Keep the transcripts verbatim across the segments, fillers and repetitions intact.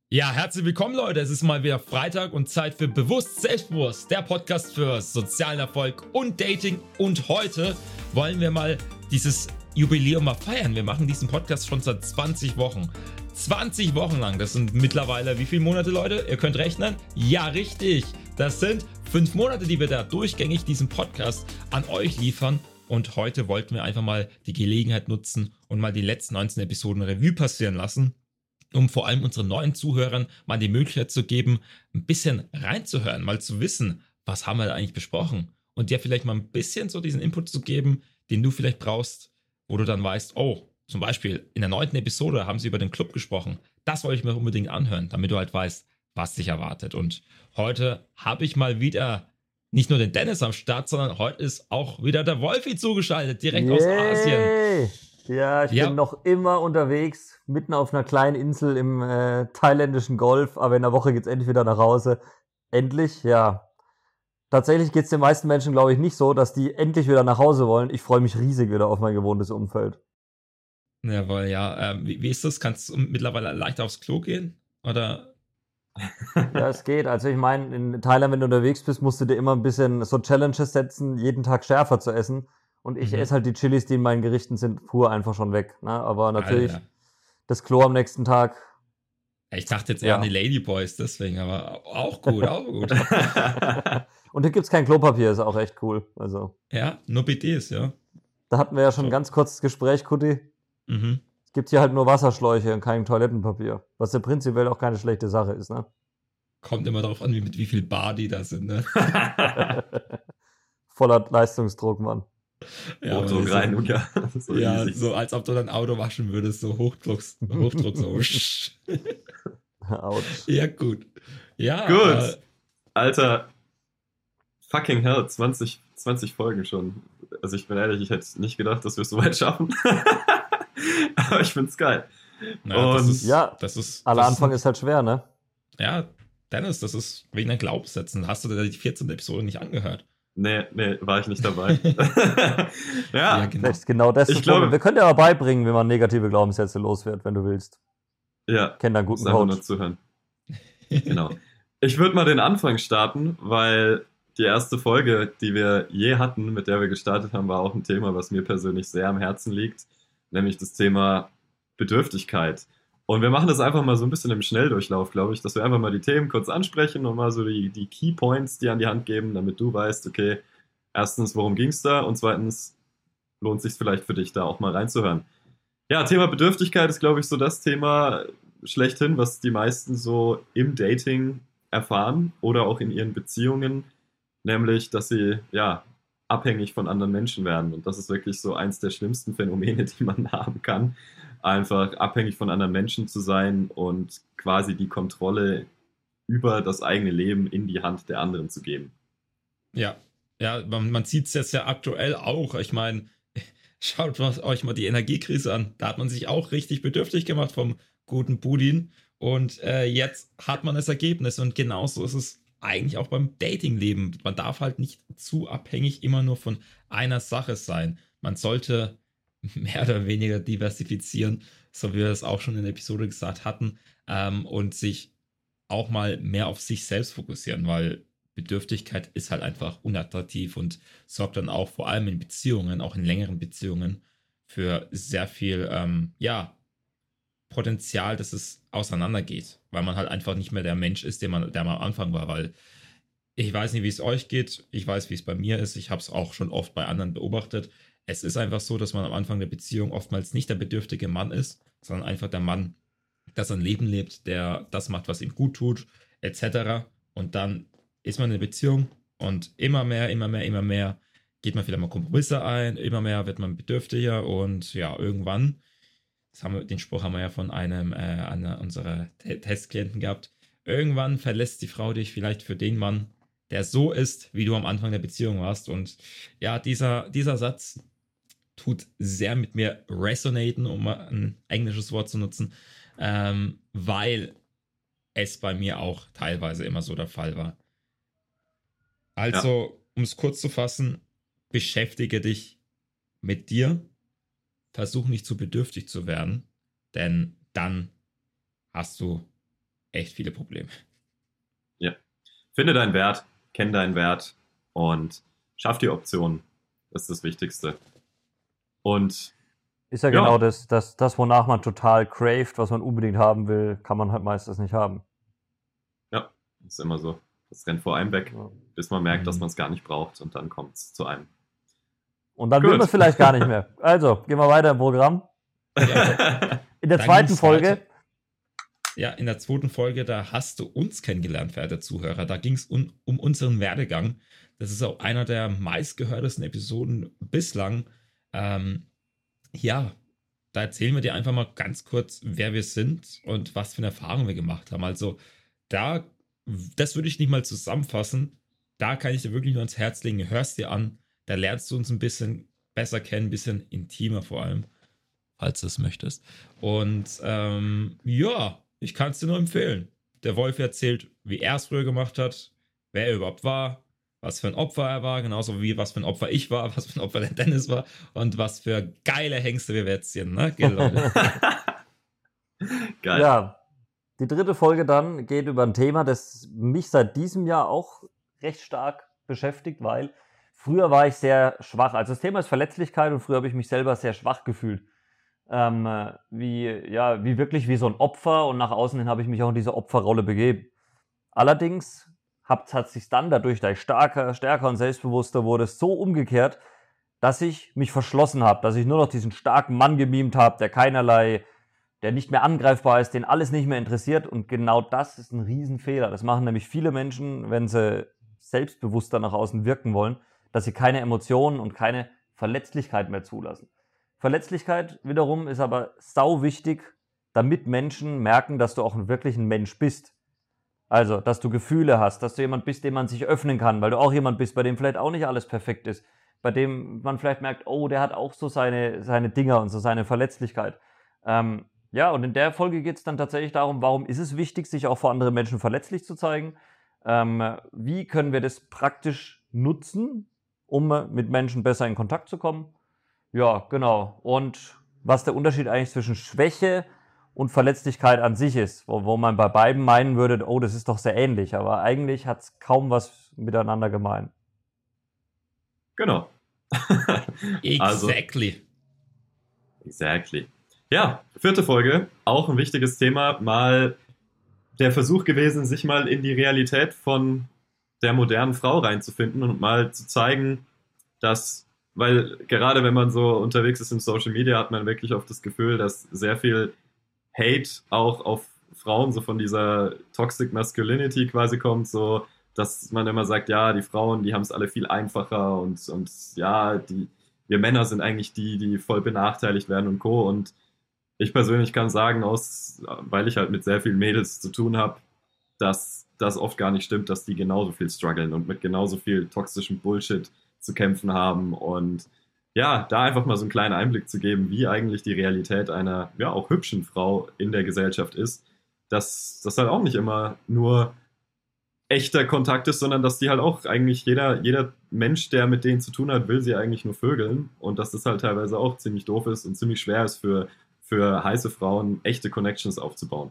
Ja, herzlich willkommen, Leute. Es ist mal wieder Freitag und Zeit für Bewusst Selbstbewusst, der Podcast für sozialen Erfolg und Dating. Und heute wollen wir mal dieses Jubiläum mal feiern. Wir machen diesen Podcast schon seit zwanzig Wochen. zwanzig Wochen lang. Das sind mittlerweile wie viele Monate, Leute? Ihr könnt rechnen. Ja, richtig. Das sind fünf Monate, die wir da durchgängig diesen Podcast an euch liefern. Und heute wollten wir einfach mal die Gelegenheit nutzen und mal die letzten neunzehn Episoden Revue passieren lassen, um vor allem unseren neuen Zuhörern mal die Möglichkeit zu geben, ein bisschen reinzuhören, mal zu wissen, was haben wir da eigentlich besprochen und dir vielleicht mal ein bisschen so diesen Input zu geben, den du vielleicht brauchst, wo du dann weißt, oh, zum Beispiel in der neunten Episode haben sie über den Club gesprochen. Das wollte ich mir unbedingt anhören, damit du halt weißt, was dich erwartet. Und heute habe ich mal wieder nicht nur den Dennis am Start, sondern heute ist auch wieder der Wolfi zugeschaltet, direkt Yay. aus Asien. Ja, ich Ja. bin noch immer unterwegs, mitten auf einer kleinen Insel im äh, thailändischen Golf, aber in der Woche geht's endlich wieder nach Hause. Endlich, ja. Tatsächlich geht's den meisten Menschen, glaube ich, nicht so, dass die endlich wieder nach Hause wollen. Ich freue mich riesig wieder auf mein gewohntes Umfeld. Jawohl, ja. Ähm, wie, wie ist das? Kannst du mittlerweile leicht aufs Klo gehen? Oder? Ja, es geht. Also ich meine, in Thailand, wenn du unterwegs bist, musst du dir immer ein bisschen so Challenges setzen, jeden Tag schärfer zu essen. Und ich Mhm. esse halt die Chilis, die in meinen Gerichten sind, pur einfach schon weg. Ne? Aber natürlich Alter. das Klo am nächsten Tag. Ich dachte jetzt eher Ja. an die Ladyboys, deswegen, aber auch gut, auch gut. Und hier gibt's kein Klopapier, ist auch echt cool. Also, Ja, nur B Ds, ja. da hatten wir ja schon So. ein ganz kurzes Gespräch, Kutti. Mhm. Es gibt hier halt nur Wasserschläuche und kein Toilettenpapier. Was ja prinzipiell auch keine schlechte Sache ist, ne? Kommt immer darauf an, wie, mit wie viel Bar die da sind, ne? Voller Leistungsdruck, Mann. Ja, aber Hochdruckreinigung, ja. So ja, easy. so als ob du dein Auto waschen würdest, so Hochdruck, Hochdruck so. Autsch. Ja, gut. Ja, Gut. Äh, Alter, fucking hell, zwanzig, zwanzig Folgen schon. Also ich bin ehrlich, ich hätte nicht gedacht, dass wir es so weit schaffen. Aber ich find's geil. na, das Und- ist, Ja, das ist, Aller das Anfang ist, ist halt schwer, ne? ja, Dennis, das ist wegen deinen Glaubenssätzen. Hast du dir die vierzehnte Episode nicht angehört? Nee, nee, war ich nicht dabei. ja, Ja, genau. Vielleicht ist genau das. Ich das glaube- Problem. Wir können dir aber beibringen, wie man negative Glaubenssätze los wird, wenn du willst. ja. Kenn da einen Muss guten einfach nur Coach. zuhören. Genau. Ich würde mal den Anfang starten, weil die erste Folge, die wir je hatten, mit der wir gestartet haben, war auch ein Thema, was mir persönlich sehr am Herzen liegt, nämlich das Thema Bedürftigkeit. Und wir machen das einfach mal so ein bisschen im Schnelldurchlauf, glaube ich, dass wir einfach mal die Themen kurz ansprechen und mal so die, die Key Points dir an die Hand geben, damit du weißt, okay, erstens, worum ging es da und zweitens, lohnt sich vielleicht für dich, da auch mal reinzuhören. Ja, Thema Bedürftigkeit ist, glaube ich, so das Thema schlechthin, was die meisten so im Dating erfahren oder auch in ihren Beziehungen, nämlich, dass sie, ja, abhängig von anderen Menschen werden. Und das ist wirklich so eins der schlimmsten Phänomene, die man haben kann. Einfach abhängig von anderen Menschen zu sein und quasi die Kontrolle über das eigene Leben in die Hand der anderen zu geben. Ja, ja, man, man sieht es jetzt ja aktuell auch. Ich meine, schaut euch mal die Energiekrise an. Da hat man sich auch richtig bedürftig gemacht vom guten Budin. Und äh, jetzt hat man das Ergebnis. Und genauso ist es eigentlich auch beim Datingleben. Man darf halt nicht zu abhängig immer nur von einer Sache sein. Man sollte mehr oder weniger diversifizieren, so wie wir es auch schon in der Episode gesagt hatten, ähm, und sich auch mal mehr auf sich selbst fokussieren, weil Bedürftigkeit ist halt einfach unattraktiv und sorgt dann auch vor allem in Beziehungen, auch in längeren Beziehungen, für sehr viel, ähm, ja, Potenzial, dass es auseinandergeht, weil man halt einfach nicht mehr der Mensch ist, der man, der man am Anfang war, weil ich weiß nicht, wie es euch geht, ich weiß, wie es bei mir ist, ich habe es auch schon oft bei anderen beobachtet. Es ist einfach so, dass man am Anfang der Beziehung oftmals nicht der bedürftige Mann ist, sondern einfach der Mann, der sein Leben lebt, der das macht, was ihm gut tut, et cetera. Und dann ist man in einer Beziehung und immer mehr, immer mehr, immer mehr geht man vielleicht mal Kompromisse ein, immer mehr wird man bedürftiger und ja, irgendwann, das haben wir, den Spruch haben wir ja von einem äh, einer unserer Te- Testklienten gehabt, irgendwann verlässt die Frau dich vielleicht für den Mann, der so ist, wie du am Anfang der Beziehung warst. Und ja, dieser, dieser Satz tut sehr mit mir resonaten, um mal ein englisches Wort zu nutzen, ähm, weil es bei mir auch teilweise immer so der Fall war. Also, um es kurz zu fassen, beschäftige dich mit dir, versuch nicht zu bedürftig zu werden, denn dann hast du echt viele Probleme. Ja. Finde deinen Wert, kenn deinen Wert und schaff die Optionen. Das ist das Wichtigste. Und ist ja, ja genau das, das, das, wonach man total craved, was man unbedingt haben will, kann man halt meistens nicht haben. Ja, ist immer so. Das rennt vor einem weg, ja. bis man merkt, mhm. dass man es gar nicht braucht und dann kommt es zu einem. Und dann Gut. will man es vielleicht gar nicht mehr. Also, gehen wir weiter im Programm. Ja. In der zweiten Folge. Weiter. Ja, in der zweiten Folge, da hast du uns kennengelernt, verehrte Zuhörer. Da ging es um, um unseren Werdegang. Das ist auch einer der meistgehörtesten Episoden bislang. Ähm, ja, da erzählen wir dir einfach mal ganz kurz, wer wir sind und was für eine Erfahrung wir gemacht haben. Also da, das würde ich nicht mal zusammenfassen. Da kann ich dir wirklich nur ans Herz legen. Hörst dir an, da lernst du uns ein bisschen besser kennen, ein bisschen intimer vor allem, falls du es möchtest. Und ähm, ja, ich kann es dir nur empfehlen. Der Wolf erzählt, wie er es früher gemacht hat, wer er überhaupt war, was für ein Opfer er war, genauso wie was für ein Opfer ich war, was für ein Opfer der Dennis war und was für geile Hengste wir jetzt sind, ne? Gell, Leute? Geil. Ja, die dritte Folge dann geht über ein Thema, das mich seit diesem Jahr auch recht stark beschäftigt, weil früher war ich sehr schwach. Also das Thema ist Verletzlichkeit und früher habe ich mich selber sehr schwach gefühlt. Ähm, wie, ja, wie wirklich wie so ein Opfer und nach außen hin habe ich mich auch in diese Opferrolle begeben. Allerdings hat, hat sich dann dadurch, da ich stärker, stärker und selbstbewusster wurde, so umgekehrt, dass ich mich verschlossen habe, dass ich nur noch diesen starken Mann gemimt habe, der keinerlei, der nicht mehr angreifbar ist, den alles nicht mehr interessiert und genau das ist ein Riesenfehler. Das machen nämlich viele Menschen, wenn sie selbstbewusster nach außen wirken wollen, dass sie keine Emotionen und keine Verletzlichkeit mehr zulassen. Verletzlichkeit wiederum ist aber sau wichtig, damit Menschen merken, dass du auch wirklich ein Mensch bist. Also, dass du Gefühle hast, dass du jemand bist, dem man sich öffnen kann, weil du auch jemand bist, bei dem vielleicht auch nicht alles perfekt ist, bei dem man vielleicht merkt, oh, der hat auch so seine, seine Dinger und so seine Verletzlichkeit. Ähm, ja, und in der Folge geht es dann tatsächlich darum, warum ist es wichtig, sich auch vor anderen Menschen verletzlich zu zeigen? Ähm, wie können wir das praktisch nutzen, um mit Menschen besser in Kontakt zu kommen? Ja, genau. Und was der Unterschied eigentlich zwischen Schwäche und Verletzlichkeit an sich ist, wo, wo man bei beiden meinen würde, oh, das ist doch sehr ähnlich, aber eigentlich hat es kaum was miteinander gemein. Genau. Exactly. Also, exactly. Ja, vierte Folge, auch ein wichtiges Thema, mal der Versuch gewesen, sich mal in die Realität von der modernen Frau reinzufinden und mal zu zeigen, dass, weil gerade wenn man so unterwegs ist in Social Media, hat man wirklich oft das Gefühl, dass sehr viel Hate auch auf Frauen so von dieser Toxic Masculinity quasi kommt, so dass man immer sagt, ja, die Frauen, die haben es alle viel einfacher und, und ja, die, wir Männer sind eigentlich die, die voll benachteiligt werden und Co. Und ich persönlich kann sagen, aus, weil ich halt mit sehr vielen Mädels zu tun habe, dass das oft gar nicht stimmt, dass die genauso viel strugglen und mit genauso viel toxischem Bullshit zu kämpfen haben. Und ja, da einfach mal so einen kleinen Einblick zu geben, wie eigentlich die Realität einer, ja, auch hübschen Frau in der Gesellschaft ist, dass das halt auch nicht immer nur echter Kontakt ist, sondern dass die halt auch eigentlich jeder, jeder Mensch, der mit denen zu tun hat, will sie eigentlich nur vögeln und dass das halt teilweise auch ziemlich doof ist und ziemlich schwer ist für, für heiße Frauen, echte Connections aufzubauen.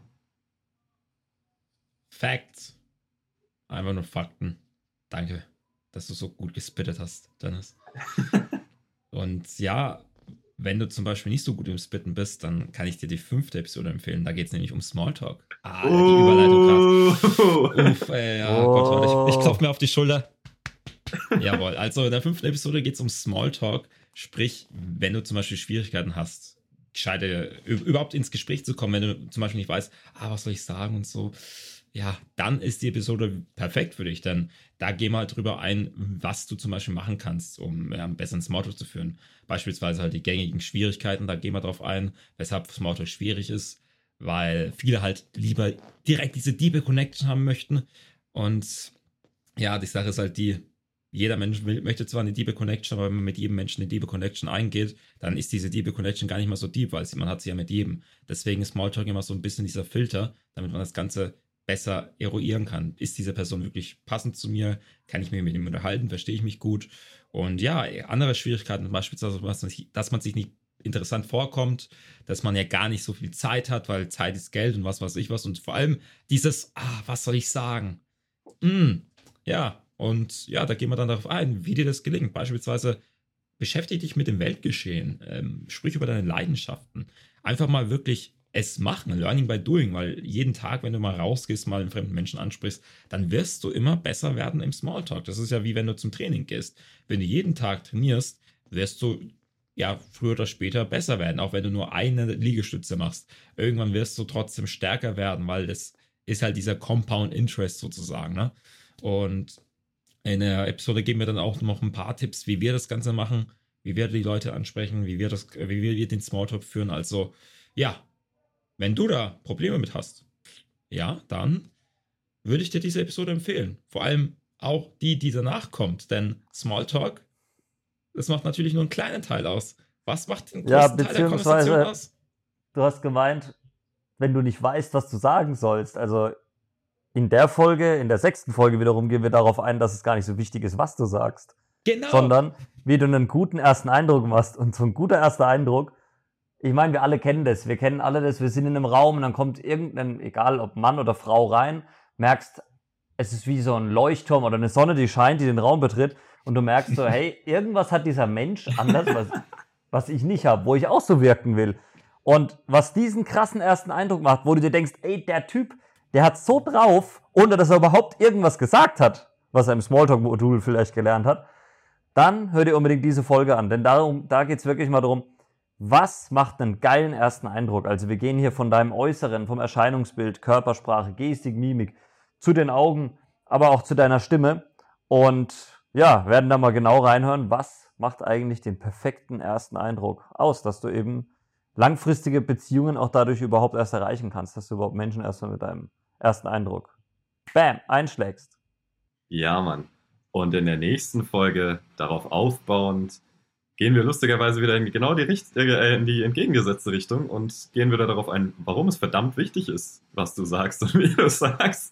Facts. Einfach nur Fakten. Danke, dass du so gut gespittet hast, Dennis. Und ja, wenn du zum Beispiel nicht so gut im Spitten bist, dann kann ich dir die fünfte Episode empfehlen. Da geht es nämlich um Smalltalk. Ah, oh. Die Überleitung krass. Uff, ey, ja, oh. Gott, warte, ich, ich klopfe mir auf die Schulter. Jawohl, also in der fünften Episode geht es um Smalltalk. Sprich, wenn du zum Beispiel Schwierigkeiten hast, gescheite, überhaupt ins Gespräch zu kommen, wenn du zum Beispiel nicht weißt, ah, was soll ich sagen und so, ja, dann ist die Episode perfekt für dich, denn da gehen wir halt drüber ein, was du zum Beispiel machen kannst, um ja, einen besseren Smalltalk zu führen. Beispielsweise halt die gängigen Schwierigkeiten, da gehen wir drauf ein, weshalb Smalltalk schwierig ist, weil viele halt lieber direkt diese Deep Connection haben möchten. Und ja, die Sache ist halt die, jeder Mensch will, möchte zwar eine Deep Connection, aber wenn man mit jedem Menschen eine Deep Connection eingeht, dann ist diese Deep Connection gar nicht mal so deep, weil man hat sie ja mit jedem. Deswegen ist Smalltalk immer so ein bisschen dieser Filter, damit man das Ganze besser eruieren kann. Ist diese Person wirklich passend zu mir? Kann ich mich mit ihm unterhalten? Verstehe ich mich gut? Und ja, andere Schwierigkeiten, beispielsweise, dass man sich nicht interessant vorkommt, dass man ja gar nicht so viel Zeit hat, weil Zeit ist Geld und was weiß ich was. Und vor allem dieses, ah, was soll ich sagen? Mm, ja, und ja, da gehen wir dann darauf ein, wie dir das gelingt. Beispielsweise beschäftige dich mit dem Weltgeschehen, ähm, sprich über deine Leidenschaften. Einfach mal wirklich es machen, learning by doing, weil jeden Tag, wenn du mal rausgehst, mal einen fremden Menschen ansprichst, dann wirst du immer besser werden im Smalltalk. Das ist ja wie wenn du zum Training gehst. Wenn du jeden Tag trainierst, wirst du ja früher oder später besser werden, auch wenn du nur eine Liegestütze machst. Irgendwann wirst du trotzdem stärker werden, weil das ist halt dieser Compound Interest sozusagen, ne? Und in der Episode geben wir dann auch noch ein paar Tipps, wie wir das Ganze machen, wie wir die Leute ansprechen, wie wir das, wie wir den Smalltalk führen. Also, ja, wenn du da Probleme mit hast, ja, dann würde ich dir diese Episode empfehlen. Vor allem auch die, die danach kommt. Denn Smalltalk, das macht natürlich nur einen kleinen Teil aus. Was macht den Ja, größten Teil der Konversation beziehungsweise, aus? du hast gemeint, wenn du nicht weißt, was du sagen sollst. Also in der Folge, in der sechsten Folge wiederum, gehen wir darauf ein, dass es gar nicht so wichtig ist, was du sagst. Genau. Sondern wie du einen guten ersten Eindruck machst. Und so ein guter erster Eindruck, ich meine, wir alle kennen das. Wir kennen alle das. Wir sind in einem Raum und dann kommt irgendein, egal ob Mann oder Frau rein, merkst, es ist wie so ein Leuchtturm oder eine Sonne, die scheint, die den Raum betritt. Und du merkst so, hey, irgendwas hat dieser Mensch anders, was, was ich nicht habe, wo ich auch so wirken will. Und was diesen krassen ersten Eindruck macht, wo du dir denkst, ey, der Typ, der hat so drauf, ohne dass er überhaupt irgendwas gesagt hat, was er im Smalltalk-Modul vielleicht gelernt hat, dann hör dir unbedingt diese Folge an. Denn darum, da geht es wirklich mal darum, was macht einen geilen ersten Eindruck? Also wir gehen hier von deinem Äußeren, vom Erscheinungsbild, Körpersprache, Gestik, Mimik, zu den Augen, aber auch zu deiner Stimme. Und ja, werden da mal genau reinhören, was macht eigentlich den perfekten ersten Eindruck aus, dass du eben langfristige Beziehungen auch dadurch überhaupt erst erreichen kannst, dass du überhaupt Menschen erstmal mit deinem ersten Eindruck, bam, einschlägst. Ja, Mann. Und in der nächsten Folge, darauf aufbauend, gehen wir lustigerweise wieder in genau die, Richt- äh, in die entgegengesetzte Richtung und gehen wieder darauf ein, warum es verdammt wichtig ist, was du sagst und wie du sagst.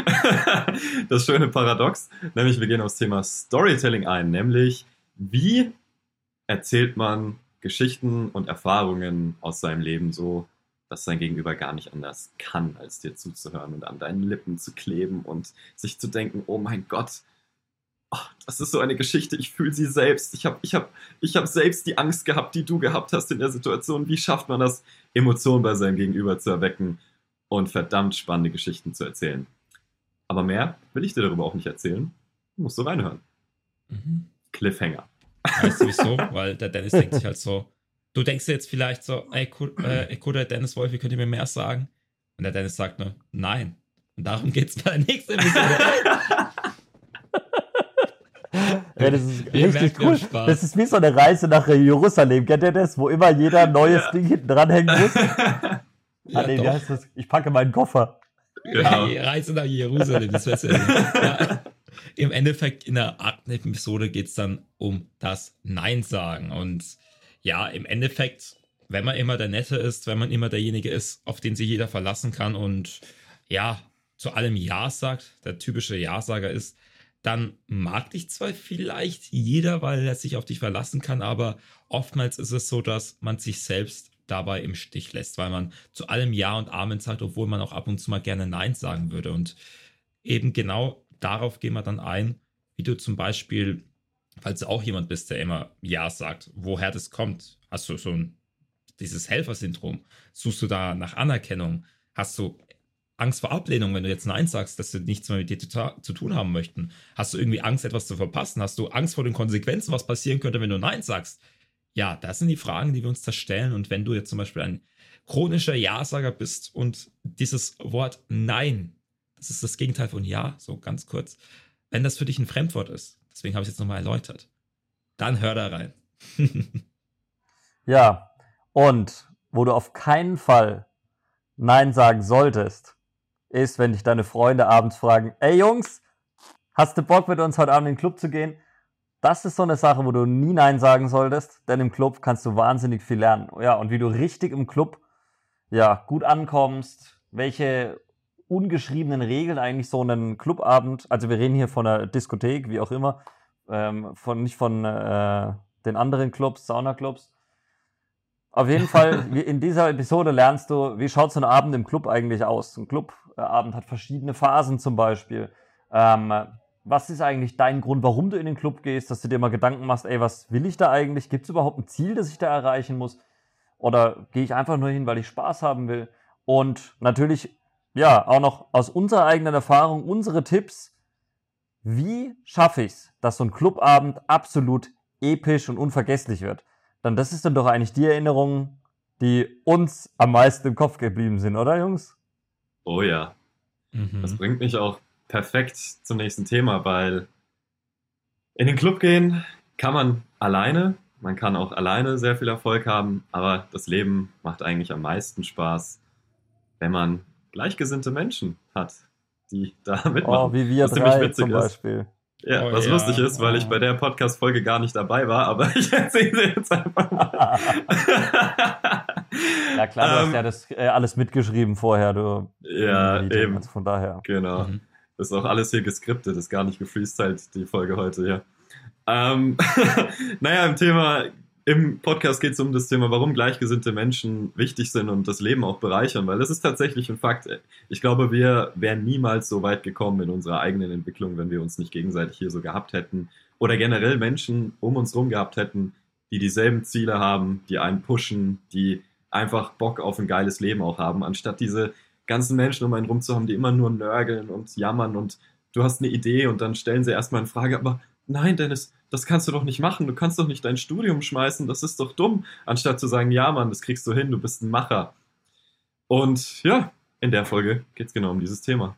Das schöne Paradox, nämlich wir gehen aufs Thema Storytelling ein, nämlich wie erzählt man Geschichten und Erfahrungen aus seinem Leben so, dass sein Gegenüber gar nicht anders kann, als dir zuzuhören und an deinen Lippen zu kleben und sich zu denken, oh mein Gott, oh, das ist so eine Geschichte, ich fühle sie selbst. Ich habe ich hab, ich hab selbst die Angst gehabt, die du gehabt hast in der Situation. Wie schafft man das, Emotionen bei seinem Gegenüber zu erwecken und verdammt spannende Geschichten zu erzählen? Aber mehr will ich dir darüber auch nicht erzählen. Du musst so reinhören. Mhm. Cliffhanger. Weißt du wieso? Weil der Dennis denkt sich halt so, du denkst dir jetzt vielleicht so, ey, äh, guter Dennis Wolf, wie könnt ihr mir mehr sagen? Und der Dennis sagt nur, nein. Und darum geht's bei der nächsten Episode. Ja, das ist Wir richtig merken cool. den Spaß. Das ist wie so eine Reise nach Jerusalem. Kennt ihr das? Wo immer jeder ein neues Ja. Ding hinten dranhängen muss. Ja, ah, nee, wie doch. heißt das? Ich packe meinen Koffer. Genau. Die Reise nach Jerusalem, das wär's ja. Ja. Im Endeffekt, in der achten Episode geht es dann um das Nein sagen. Und ja, im Endeffekt, wenn man immer der Nette ist, wenn man immer derjenige ist, auf den sich jeder verlassen kann und ja, zu allem Ja sagt, der typische Ja-Sager ist, dann mag dich zwar vielleicht jeder, weil er sich auf dich verlassen kann, aber oftmals ist es so, dass man sich selbst dabei im Stich lässt, weil man zu allem Ja und Amen sagt, obwohl man auch ab und zu mal gerne Nein sagen würde. Und eben genau darauf gehen wir dann ein, wie du zum Beispiel, falls du auch jemand bist, der immer Ja sagt, woher das kommt. Hast du so ein, dieses Helfersyndrom? Suchst du da nach Anerkennung? Hast du Angst vor Ablehnung, wenn du jetzt Nein sagst, dass sie nichts mehr mit dir zu, ta- zu tun haben möchten? Hast du irgendwie Angst, etwas zu verpassen? Hast du Angst vor den Konsequenzen, was passieren könnte, wenn du Nein sagst? Ja, das sind die Fragen, die wir uns da stellen. Und wenn du jetzt zum Beispiel ein chronischer Ja-Sager bist und dieses Wort Nein, das ist das Gegenteil von Ja, so ganz kurz, wenn das für dich ein Fremdwort ist, deswegen habe ich es jetzt nochmal erläutert, dann hör da rein. Ja, und wo du auf keinen Fall Nein sagen solltest, ist, wenn dich deine Freunde abends fragen, ey Jungs, hast du Bock mit uns heute Abend in den Club zu gehen? Das ist so eine Sache, wo du nie Nein sagen solltest, denn im Club kannst du wahnsinnig viel lernen. Ja, und wie du richtig im Club ja, gut ankommst, welche ungeschriebenen Regeln eigentlich so einen Clubabend, also wir reden hier von einer Diskothek, wie auch immer, ähm, von, nicht von äh, den anderen Clubs, Saunaclubs, Auf jeden Fall, wie- in dieser Episode lernst du, wie schaut so ein Abend im Club eigentlich aus? Ein Clubabend hat verschiedene Phasen zum Beispiel. Ähm, was ist eigentlich dein Grund, warum du in den Club gehst, dass du dir mal Gedanken machst, ey, was will ich da eigentlich? Gibt es überhaupt ein Ziel, das ich da erreichen muss? Oder gehe ich einfach nur hin, weil ich Spaß haben will? Und natürlich, ja, auch noch aus unserer eigenen Erfahrung, unsere Tipps. Wie schaffe ich es, dass so ein Clubabend absolut episch und unvergesslich wird? Dann das ist dann doch eigentlich die Erinnerung, die uns am meisten im Kopf geblieben sind, oder Jungs? Oh ja, das Mhm. bringt mich auch perfekt zum nächsten Thema, weil in den Club gehen kann man alleine, man kann auch alleine sehr viel Erfolg haben, aber das Leben macht eigentlich am meisten Spaß, wenn man gleichgesinnte Menschen hat, die da Oh, mitmachen. wie wir Was ziemlich drei witzig zum ist. Beispiel. Ja, Oh was ja, lustig ist, weil ich oh. bei der Podcast-Folge gar nicht dabei war, aber ich erzähle sie jetzt einfach mal. Ja klar, du hast Ähm, ja das äh, alles mitgeschrieben vorher, du. ja, im Meeting, eben. Also von daher. Genau. Mhm. Das ist auch alles hier geskriptet, ist gar nicht gefreestylt, die Folge heute hier. Ähm, naja, im Thema, im Podcast geht es um das Thema, warum gleichgesinnte Menschen wichtig sind und das Leben auch bereichern, weil das ist tatsächlich ein Fakt. Ich glaube, wir wären niemals so weit gekommen in unserer eigenen Entwicklung, wenn wir uns nicht gegenseitig hier so gehabt hätten oder generell Menschen um uns rum gehabt hätten, die dieselben Ziele haben, die einen pushen, die einfach Bock auf ein geiles Leben auch haben, anstatt diese ganzen Menschen um einen rum zu haben, die immer nur nörgeln und jammern und du hast eine Idee und dann stellen sie erstmal in Frage, aber nein, Dennis, das kannst du doch nicht machen, du kannst doch nicht dein Studium schmeißen, das ist doch dumm, anstatt zu sagen, ja Mann, das kriegst du hin, du bist ein Macher. Und ja, in der Folge geht es genau um dieses Thema.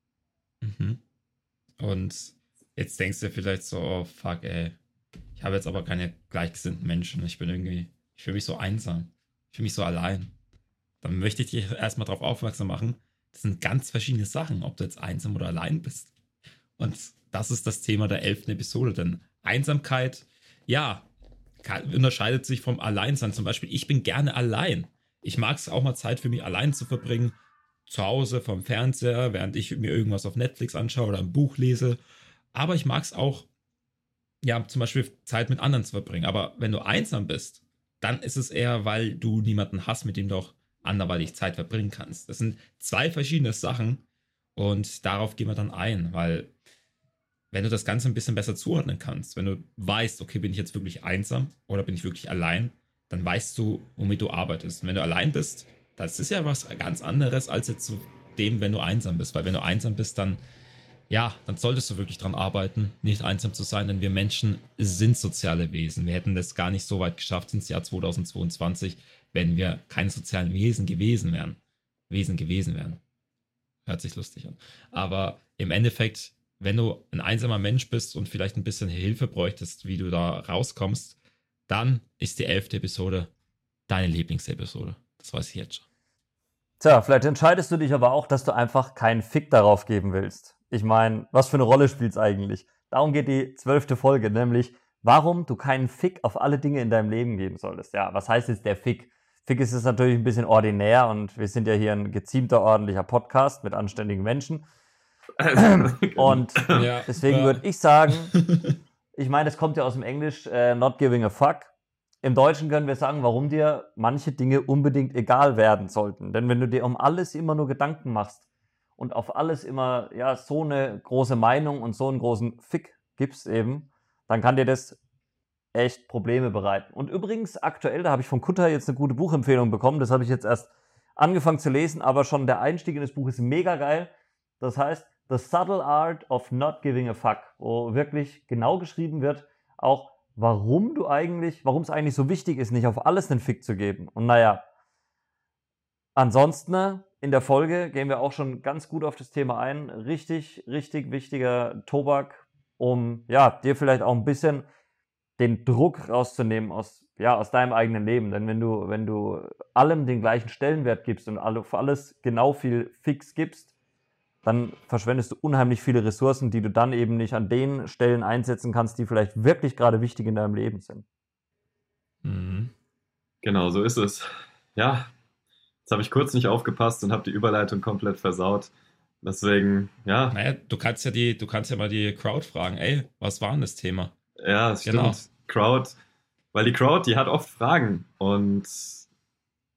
Mhm. Und jetzt denkst du vielleicht so, oh fuck, ey, ich habe jetzt aber keine gleichgesinnten Menschen, ich bin irgendwie, ich fühle mich so einsam, ich fühle mich so allein. Dann möchte ich dich erstmal darauf aufmerksam machen, das sind ganz verschiedene Sachen, ob du jetzt einsam oder allein bist. Und das ist das Thema der elften Episode, denn Einsamkeit, ja, kann, unterscheidet sich vom Alleinsein. Zum Beispiel, ich bin gerne allein. Ich mag es auch mal Zeit für mich allein zu verbringen, zu Hause vom Fernseher, während ich mir irgendwas auf Netflix anschaue oder ein Buch lese. Aber ich mag es auch, ja, zum Beispiel Zeit mit anderen zu verbringen. Aber wenn du einsam bist, dann ist es eher, weil du niemanden hast, mit dem du auch anderweitig Zeit verbringen kannst. Das sind zwei verschiedene Sachen und darauf gehen wir dann ein, weil wenn du das Ganze ein bisschen besser zuordnen kannst, wenn du weißt, okay, bin ich jetzt wirklich einsam oder bin ich wirklich allein, dann weißt du, womit du arbeitest. Und wenn du allein bist, das ist ja was ganz anderes als jetzt zu dem, wenn du einsam bist. Weil wenn du einsam bist, dann, ja, dann solltest du wirklich dran arbeiten, nicht einsam zu sein, denn wir Menschen sind soziale Wesen. Wir hätten das gar nicht so weit geschafft ins Jahr zweitausendzweiundzwanzig, wenn wir keine sozialen Wesen gewesen wären. Wesen gewesen wären. Hört sich lustig an. Aber im Endeffekt, wenn du ein einsamer Mensch bist und vielleicht ein bisschen Hilfe bräuchtest, wie du da rauskommst, dann ist die elfte Episode deine Lieblingsepisode. Das weiß ich jetzt schon. Tja, vielleicht entscheidest du dich aber auch, dass du einfach keinen Fick darauf geben willst. Ich meine, was für eine Rolle spielt es eigentlich? Darum geht die zwölfte Folge, nämlich, warum du keinen Fick auf alle Dinge in deinem Leben geben solltest. Ja, was heißt jetzt der Fick? Fick ist es natürlich ein bisschen ordinär und wir sind ja hier ein geziemter, ordentlicher Podcast mit anständigen Menschen. Und Ja, deswegen ja. würde ich sagen, ich meine, es kommt ja aus dem Englisch, äh, not giving a fuck. Im Deutschen können wir sagen, warum dir manche Dinge unbedingt egal werden sollten. Denn wenn du dir um alles immer nur Gedanken machst und auf alles immer ja so eine große Meinung und so einen großen Fick gibst eben, dann kann dir das echt Probleme bereiten. Und übrigens aktuell, da habe ich von Kutter jetzt eine gute Buchempfehlung bekommen. Das habe ich jetzt erst angefangen zu lesen, aber schon der Einstieg in das Buch ist mega geil. Das heißt, The Subtle Art of Not Giving a Fuck, wo wirklich genau geschrieben wird, auch warum du eigentlich, warum es eigentlich so wichtig ist, nicht auf alles einen Fick zu geben. Und naja, ansonsten in der Folge gehen wir auch schon ganz gut auf das Thema ein. Richtig, richtig wichtiger Tobak, um ja, dir vielleicht auch ein bisschen den Druck rauszunehmen aus, ja, aus deinem eigenen Leben. Denn wenn du, wenn du allem den gleichen Stellenwert gibst und auf alles genau viel Fix gibst, dann verschwendest du unheimlich viele Ressourcen, die du dann eben nicht an den Stellen einsetzen kannst, die vielleicht wirklich gerade wichtig in deinem Leben sind. Mhm. Genau, so ist es. Ja, jetzt habe ich kurz nicht aufgepasst und habe die Überleitung komplett versaut. Deswegen, ja. Naja, du kannst ja die, du kannst ja mal die Crowd fragen, ey, was war denn das Thema? Ja, das Genau. stimmt. Crowd, weil die Crowd, die hat oft Fragen und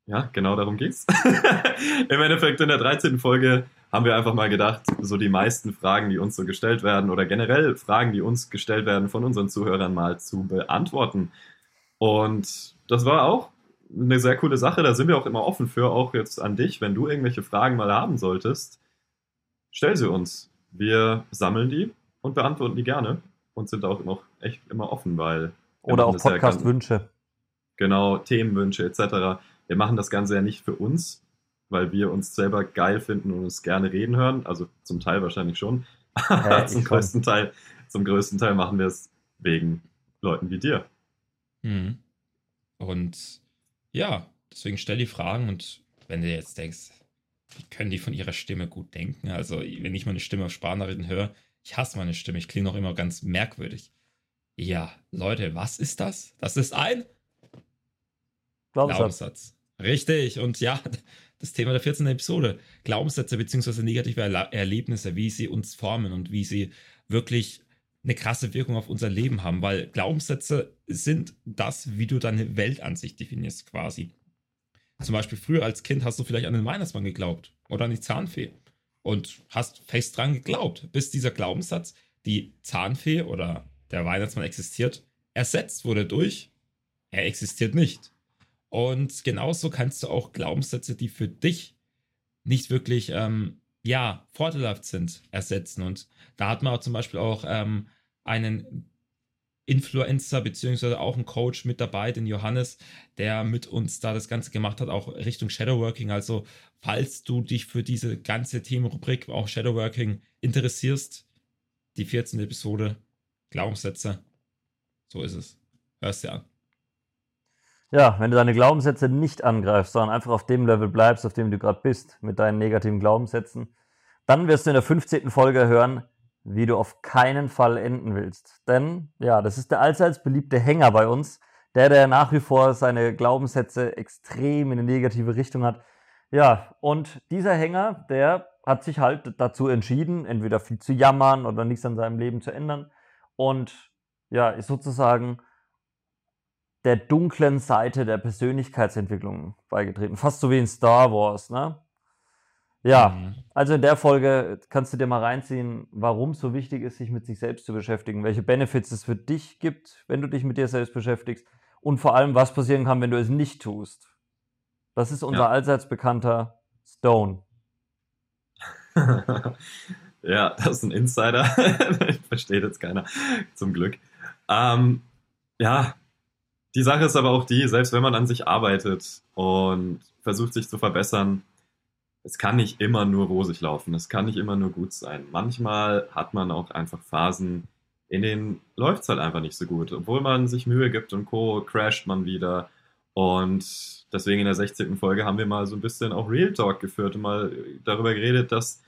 ja, genau darum ging's. Im Endeffekt in der dreizehnten Folge haben wir einfach mal gedacht, so die meisten Fragen, die uns so gestellt werden oder generell Fragen, die uns gestellt werden von unseren Zuhörern mal zu beantworten. Und das war auch eine sehr coole Sache, da sind wir auch immer offen für, auch jetzt an dich, wenn du irgendwelche Fragen mal haben solltest, stell sie uns. Wir sammeln die und beantworten die gerne und sind auch noch echt immer offen, weil... Oder auch Podcast-Wünsche. Genau, Themenwünsche et cetera. Wir machen das Ganze ja nicht für uns, weil wir uns selber geil finden und uns gerne reden hören. Also zum Teil wahrscheinlich schon. Aber zum größten Teil, zum größten Teil machen wir es wegen Leuten wie dir. Mhm. Und ja, deswegen stell die Fragen und wenn du jetzt denkst, wie können die von ihrer Stimme gut denken? Also wenn ich meine Stimme auf Sprachnachrichten höre, ich hasse meine Stimme, ich klinge auch immer ganz merkwürdig. Ja, Leute, was ist das? Das ist ein Glaubenssatz. Glaubenssatz. Richtig, und ja, das Thema der vierzehnten Episode. Glaubenssätze bzw. negative Erla- Erlebnisse, wie sie uns formen und wie sie wirklich eine krasse Wirkung auf unser Leben haben, weil Glaubenssätze sind das, wie du deine Weltansicht definierst quasi. Zum Beispiel früher als Kind hast du vielleicht an den Weihnachtsmann geglaubt oder an die Zahnfee und hast fest dran geglaubt, bis dieser Glaubenssatz, die Zahnfee oder der Weihnachtsmann existiert, ersetzt wurde durch, er existiert nicht. Und genauso kannst du auch Glaubenssätze, die für dich nicht wirklich, ähm, ja, vorteilhaft sind, ersetzen. Und da hat man auch zum Beispiel auch ähm, einen Influencer beziehungsweise auch einen Coach mit dabei, den Johannes, der mit uns da das Ganze gemacht hat, auch Richtung Shadowworking. Also falls du dich für diese ganze Themenrubrik, auch Shadowworking, interessierst, die vierzehnte Episode, Glaubenssätze, so ist es. Hörst dir an. Ja, wenn du deine Glaubenssätze nicht angreifst, sondern einfach auf dem Level bleibst, auf dem du gerade bist, mit deinen negativen Glaubenssätzen, dann wirst du in der fünfzehnten Folge hören, wie du auf keinen Fall enden willst. Denn, ja, das ist der allseits beliebte Hänger bei uns, der, der nach wie vor seine Glaubenssätze extrem in eine negative Richtung hat. Ja, und dieser Hänger, der hat sich halt dazu entschieden, entweder viel zu jammern oder nichts an seinem Leben zu ändern und, ja, ist sozusagen der dunklen Seite der Persönlichkeitsentwicklung beigetreten. Fast so wie in Star Wars, ne? Ja, Mhm. also in der Folge kannst du dir mal reinziehen, warum es so wichtig ist, sich mit sich selbst zu beschäftigen, welche Benefits es für dich gibt, wenn du dich mit dir selbst beschäftigst und vor allem, was passieren kann, wenn du es nicht tust. Das ist unser Ja. allseits bekannter Stone. Ja, das ist ein Insider. Versteht jetzt keiner, zum Glück. Ähm, ja, die Sache ist aber auch die, selbst wenn man an sich arbeitet und versucht sich zu verbessern, es kann nicht immer nur rosig laufen, es kann nicht immer nur gut sein. Manchmal hat man auch einfach Phasen, in denen läuft es halt einfach nicht so gut. Obwohl man sich Mühe gibt und Co., crasht man wieder. Und deswegen in der sechzehnten Folge haben wir mal so ein bisschen auch Real Talk geführt und mal darüber geredet, dass,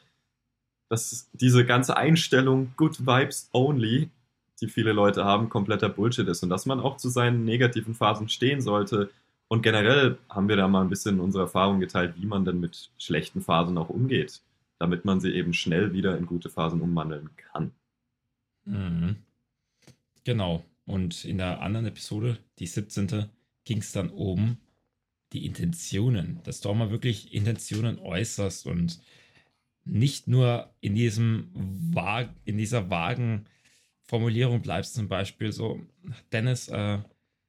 dass diese ganze Einstellung Good Vibes Only, die viele Leute haben, kompletter Bullshit ist und dass man auch zu seinen negativen Phasen stehen sollte. Und generell haben wir da mal ein bisschen unsere Erfahrung geteilt, wie man denn mit schlechten Phasen auch umgeht, damit man sie eben schnell wieder in gute Phasen umwandeln kann. Mhm. Genau. Und in der anderen Episode, die siebzehnte, ging es dann um die Intentionen, dass du auch mal wirklich Intentionen äußerst und nicht nur in diesem Vag- in dieser vagen Formulierung bleibst, zum Beispiel so, Dennis, äh,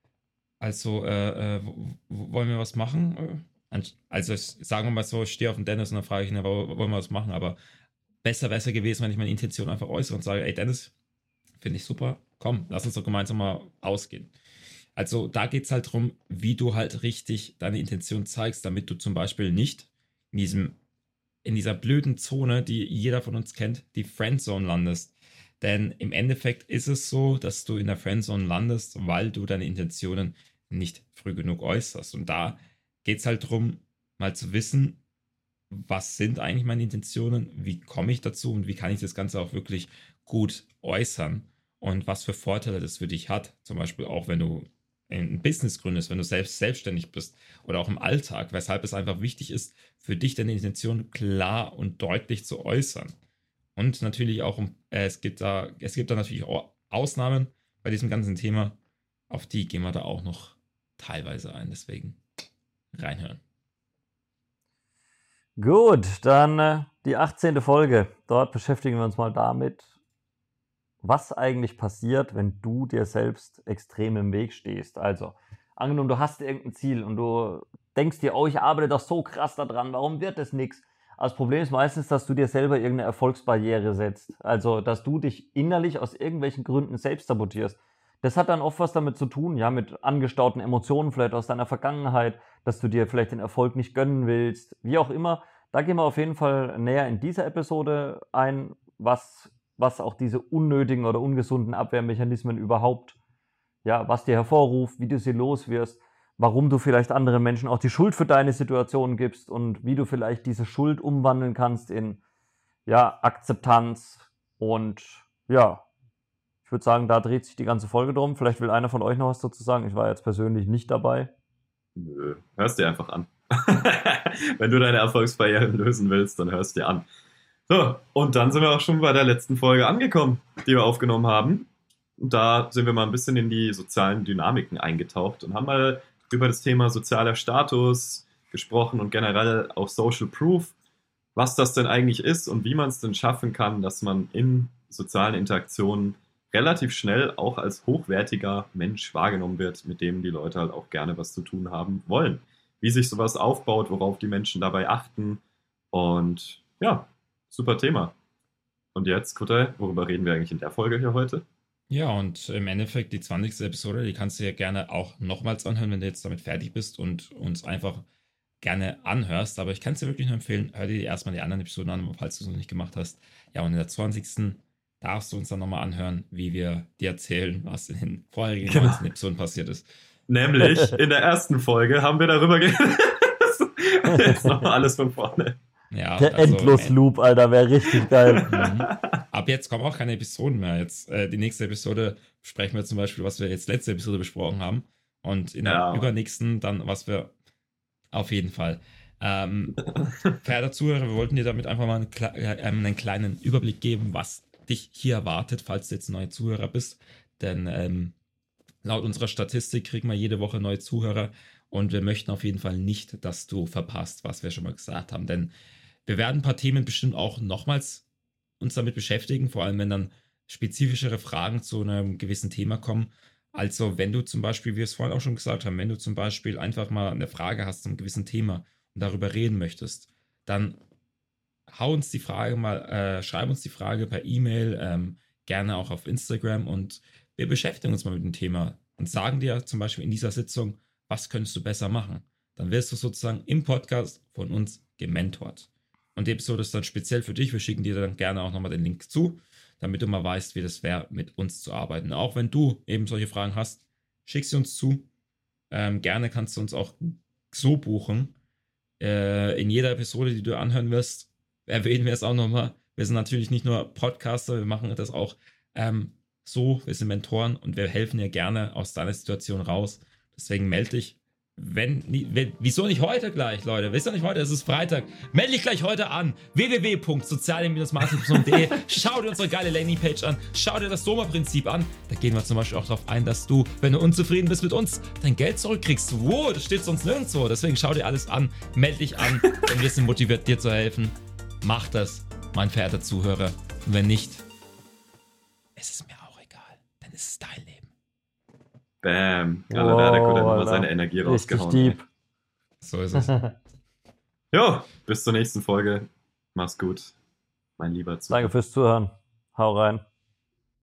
also äh, äh, w- w- wollen wir was machen? Äh, Also ich- sagen wir mal so, ich stehe auf den Dennis und dann frage ich ihn, ja, wo- wollen wir was machen? Aber besser wäre es ja gewesen, wenn ich meine Intention einfach äußere und sage, ey Dennis, finde ich super, komm, lass uns doch gemeinsam mal ausgehen. Also da geht es halt darum, wie du halt richtig deine Intention zeigst, damit du zum Beispiel nicht in diesem, in dieser blöden Zone, die jeder von uns kennt, die Friendzone landest. Denn im Endeffekt ist es so, dass du in der Friendzone landest, weil du deine Intentionen nicht früh genug äußerst. Und da geht es halt darum, mal zu wissen, was sind eigentlich meine Intentionen, wie komme ich dazu und wie kann ich das Ganze auch wirklich gut äußern und was für Vorteile das für dich hat. Zum Beispiel auch, wenn du ein Business gründest, wenn du selbst selbstständig bist oder auch im Alltag, weshalb es einfach wichtig ist, für dich deine Intention klar und deutlich zu äußern. Und natürlich auch, um- äh, es gibt da, es gibt da natürlich auch Ausnahmen bei diesem ganzen Thema. Auf die gehen wir da auch noch teilweise ein. Deswegen reinhören. Gut, dann äh, die achtzehnte Folge. Dort beschäftigen wir uns mal damit, was eigentlich passiert, wenn du dir selbst extrem im Weg stehst. Also, angenommen, du hast irgendein Ziel und du denkst dir, oh, ich arbeite doch so krass daran, warum wird das nichts? Aber das Problem ist meistens, dass du dir selber irgendeine Erfolgsbarriere setzt. Also, dass du dich innerlich aus irgendwelchen Gründen selbst sabotierst. Das hat dann oft was damit zu tun, ja, mit angestauten Emotionen vielleicht aus deiner Vergangenheit, dass du dir vielleicht den Erfolg nicht gönnen willst, wie auch immer. Da gehen wir auf jeden Fall näher in dieser Episode ein, was, was auch diese unnötigen oder ungesunden Abwehrmechanismen überhaupt, ja, was dir hervorruft, wie du sie loswirst, warum du vielleicht anderen Menschen auch die Schuld für deine Situation gibst und wie du vielleicht diese Schuld umwandeln kannst in, ja, Akzeptanz und, ja, ich würde sagen, da dreht sich die ganze Folge drum. Vielleicht will einer von euch noch was dazu sagen. Ich war jetzt persönlich nicht dabei. Nö, hörst dir einfach an. Wenn du deine Erfolgsbarrieren lösen willst, dann hörst dir an. So, und dann sind wir auch schon bei der letzten Folge angekommen, die wir aufgenommen haben. Und da sind wir mal ein bisschen in die sozialen Dynamiken eingetaucht und haben mal über das Thema sozialer Status gesprochen und generell auch Social Proof, was das denn eigentlich ist und wie man es denn schaffen kann, dass man in sozialen Interaktionen relativ schnell auch als hochwertiger Mensch wahrgenommen wird, mit dem die Leute halt auch gerne was zu tun haben wollen. Wie sich sowas aufbaut, worauf die Menschen dabei achten. Und ja, super Thema. Und jetzt, Kutai, worüber reden wir eigentlich in der Folge hier heute? Ja, und im Endeffekt die zwanzigste Episode, die kannst du ja gerne auch nochmals anhören, wenn du jetzt damit fertig bist und uns einfach gerne anhörst. Aber ich kann es dir wirklich nur empfehlen, hör dir erstmal die anderen Episoden an, falls du es noch nicht gemacht hast. Ja, und in der zwanzigsten darfst du uns dann nochmal anhören, wie wir dir erzählen, was in den vorherigen Genau. neunzehn Episoden passiert ist. Nämlich, in der ersten Folge haben wir darüber geredet. Jetzt nochmal alles von vorne. Ja, Der also, Endlos-Loop, Alter, wäre richtig geil. Mhm. Ab jetzt kommen auch keine Episoden mehr. Jetzt äh, die nächste Episode besprechen wir zum Beispiel, was wir jetzt letzte Episode besprochen haben. Und in der Ja. übernächsten dann, was wir auf jeden Fall. Ähm, verehrter Zuhörer, wir wollten dir damit einfach mal einen, kle- äh, einen kleinen Überblick geben, was dich hier erwartet, falls du jetzt ein neuer Zuhörer bist. Denn ähm, laut unserer Statistik kriegen wir jede Woche neue Zuhörer und wir möchten auf jeden Fall nicht, dass du verpasst, was wir schon mal gesagt haben. Denn wir werden ein paar Themen bestimmt auch nochmals uns damit beschäftigen, vor allem wenn dann spezifischere Fragen zu einem gewissen Thema kommen. Also wenn du zum Beispiel, wie wir es vorhin auch schon gesagt haben, wenn du zum Beispiel einfach mal eine Frage hast zu einem gewissen Thema und darüber reden möchtest, dann hau uns die Frage mal, äh, schreib uns die Frage per E-Mail, ähm, gerne auch auf Instagram und wir beschäftigen uns mal mit dem Thema und sagen dir zum Beispiel in dieser Sitzung, was könntest du besser machen. Dann wirst du sozusagen im Podcast von uns gementort. Und die Episode ist dann speziell für dich. Wir schicken dir dann gerne auch nochmal den Link zu, damit du mal weißt, wie das wäre, mit uns zu arbeiten. Auch wenn du eben solche Fragen hast, schick sie uns zu. Ähm, gerne kannst du uns auch so buchen. Äh, in jeder Episode, die du anhören wirst, erwähnen wir es auch nochmal. Wir sind natürlich nicht nur Podcaster, wir machen das auch ähm, so. Wir sind Mentoren und wir helfen dir gerne aus deiner Situation raus. Deswegen melde dich. Wenn, wenn, wieso nicht heute gleich, Leute? Wieso nicht heute? Es ist Freitag. Melde dich gleich heute an. w w w punkt soziale marketing punkt d e. Schau dir unsere geile Landingpage an. Schau dir das Soma-Prinzip an. Da gehen wir zum Beispiel auch darauf ein, dass du, wenn du unzufrieden bist mit uns, dein Geld zurückkriegst. Wo? Das steht sonst nirgendwo. Deswegen schau dir alles an. Melde dich an. Denn wir sind motiviert, dir zu helfen. Mach das, mein verehrter Zuhörer. Und wenn nicht, es ist mir auch egal. Dann ist es dein Leben. Bam. Gerade da hat der Kutter nochmal Alter. seine Energie Richtig rausgehauen. deep. So ist es. Jo, bis zur nächsten Folge. Mach's gut, mein lieber Zuhörer. Danke fürs Zuhören. Hau rein.